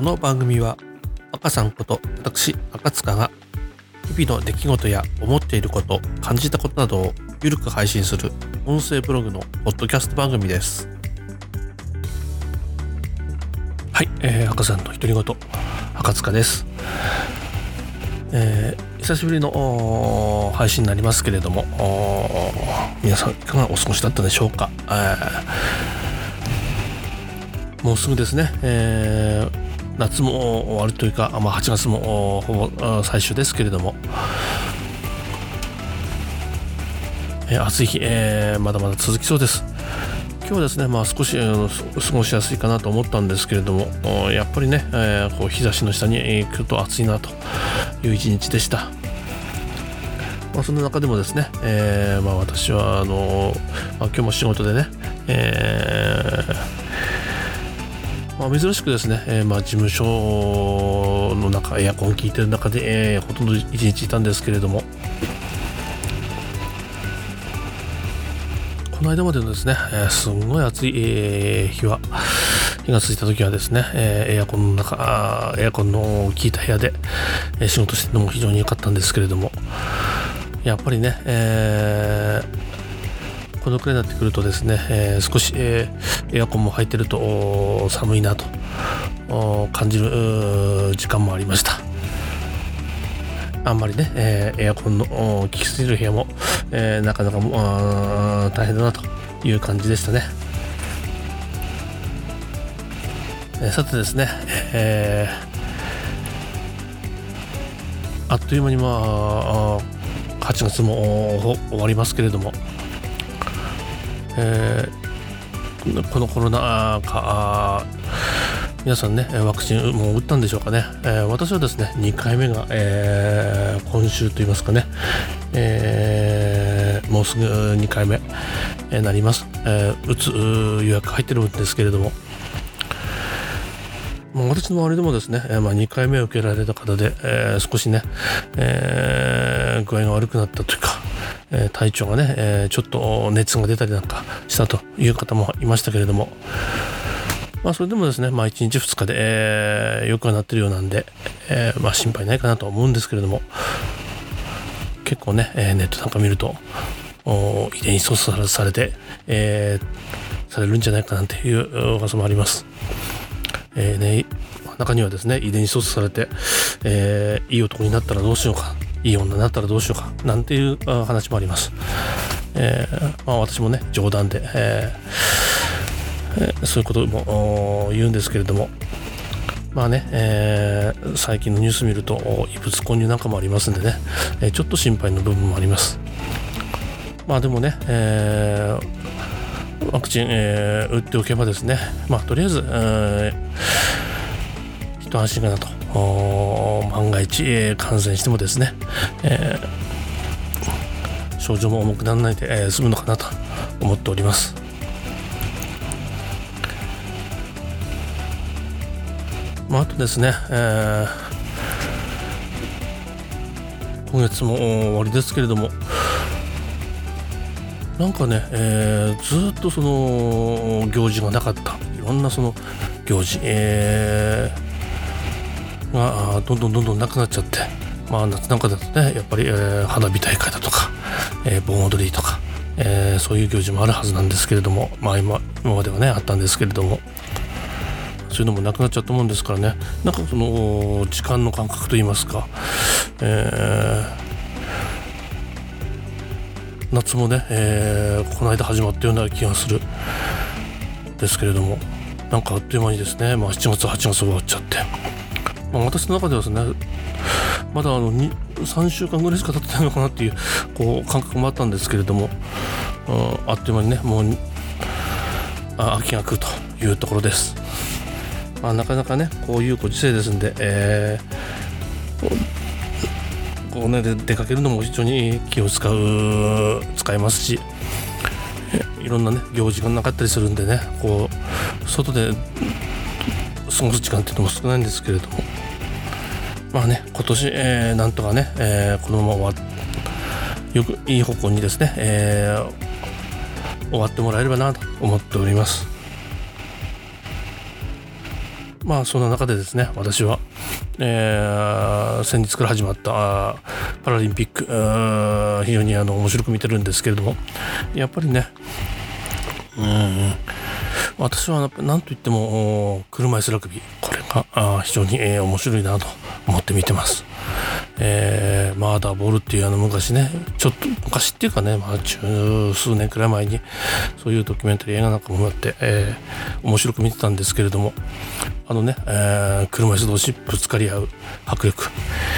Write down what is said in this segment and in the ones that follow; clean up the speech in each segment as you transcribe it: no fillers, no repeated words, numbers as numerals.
の番組は赤さんこと私赤塚が日々の出来事や思っていること、感じたことなどをゆるく配信する音声ブログのポッドキャスト番組です。はい、赤さんの独り言赤塚です。久しぶりの配信になりますけれども、皆さんいかがお過ごしだったでしょうか。もうすぐですね、夏も終わるというか、8月もほぼ最終ですけれども、暑い日、まだまだ続きそうです。今日はですね、少し過ごしやすいかなと思ったんですけれども、やっぱりね、こう日差しの下に来ると暑いなという一日でした。その中でもですね、私は今日も仕事でね、珍しくですね、事務所の中エアコン効いてる中で、ほとんど一日いたんですけれども、この間までのですね、すんごい暑い、日がついた時はですね、エアコンの効いた部屋で、仕事してるのも非常に良かったんですけれども、やっぱりね、このくらいになってくるとですね、少し、エアコンも入ってると寒いなと感じる時間もありました。あんまりね、エアコンの効きすぎる部屋も、なかなか大変だなという感じでしたね。さてですね、あっという間に8月も終わりますけれども、このコロナ禍、皆さんねワクチンもう打ったんでしょうかね。私はですね2回目が、今週といいますかね、もうすぐ2回目なります。打つ予約入ってるんですけれども、私の周りでもですね、2回目を受けられた方で、少しね、具合が悪くなったというか、体調がね、ちょっと熱が出たりなんかしたという方もいましたけれども、それでもですね、1日2日で、良くはなってるようなんで、心配ないかなと思うんですけれども、結構ね、ネットなんか見ると遺伝子操作されて、されるんじゃないかなんていう噂もあります。中にはですね遺伝子操作されて、いい男になったらどうしようか、いい女になったらどうしようかなんていう話もあります。私もね冗談で、そういうことも言うんですけれども、最近のニュース見ると異物混入なんかもありますんでね、ちょっと心配な部分もあります。でもね、ワクチン、打っておけばですね、とりあえず、一安心かなと。万が一、感染してもですね、症状も重くならないで、済むのかなと思っております。あとですね、今月も終わりですけれども、なんかね、ずっとその行事がなかった、いろんなその行事、がどんどんなくなっちゃって、夏なんかだとねやっぱり、花火大会だとか、盆踊りとか、そういう行事もあるはずなんですけれども、今まではねあったんですけれども、そういうのもなくなっちゃったもんですからね、なんかその時間の感覚といいますか、夏もね、この間始まったような気がするですけれども、なんかあっという間にですね、7月8月終わっちゃって、私の中ではですねまだ3週間ぐらいしか経ってないのかなっていう、感覚もあったんですけれども、あっという間にねもう秋が来るというところです。なかなかねこういうご時世ですんで、出かけるのも非常に気を使いますし、いろんなね行事がなかったりするんでね、外で過ごす時間っていうのも少ないんですけれども、今年、なんとかね、このままよくいい方向にですね、終わってもらえればなと思っております。 そんな中でですね、私は、先日から始まったパラリンピック非常に面白く見てるんですけれども、やっぱりね、私は何といっても車椅子ラグビー、これが非常に面白いなと思って見てます。マーダーボールっていう昔ね、ちょっと昔っていうかね、十数年くらい前にそういうドキュメンタリー映画なんかもあって、面白く見てたんですけれども、車椅子同士ぶつかり合う迫力、こ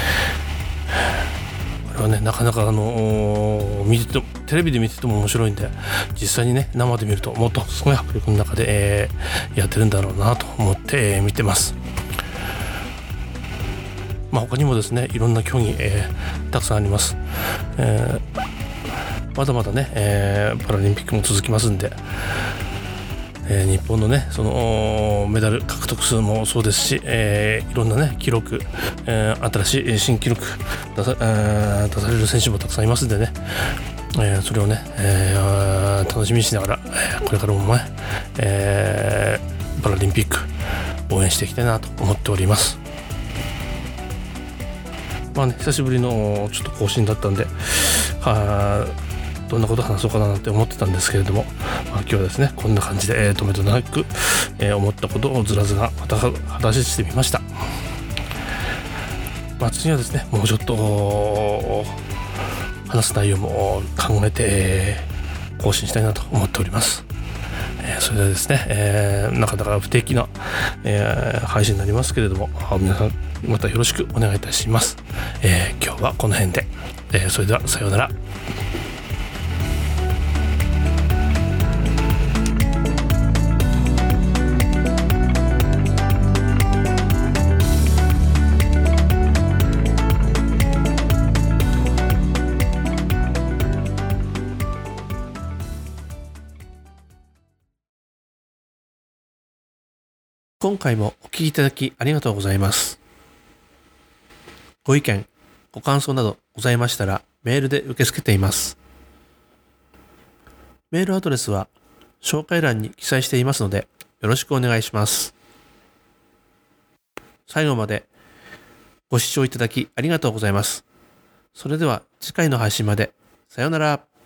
れはね、なかなか見ててもテレビで見てても面白いんで、実際にね生で見るともっとすごい迫力の中で、やってるんだろうなと思って、見てます。他にもですね、いろんな競技、たくさんあります。まだまだね、パラリンピックも続きますんで、日本のねそのメダル獲得数もそうですし、いろんなね記録、新しい新記録出される選手もたくさんいますんでね、それをね、楽しみにしながら、これからもね、パラリンピック応援していきたいなと思っております。久しぶりのちょっと更新だったんで、どんなこと話そうかななんて思ってたんですけれども、今日はですねこんな感じで、止めどなく、思ったことをずらずらまた話してみました。次はですねもうちょっと話す内容も考えて、更新したいなと思っております。それではですね、なかなか不定期な、配信になりますけれども、皆さんまたよろしくお願いいたします。今日はこの辺で、それではさようなら。今回もお聞きいただきありがとうございます。ご意見、ご感想などございましたらメールで受け付けています。メールアドレスは紹介欄に記載していますのでよろしくお願いします。最後までご視聴いただきありがとうございます。それでは次回の配信まで。さようなら。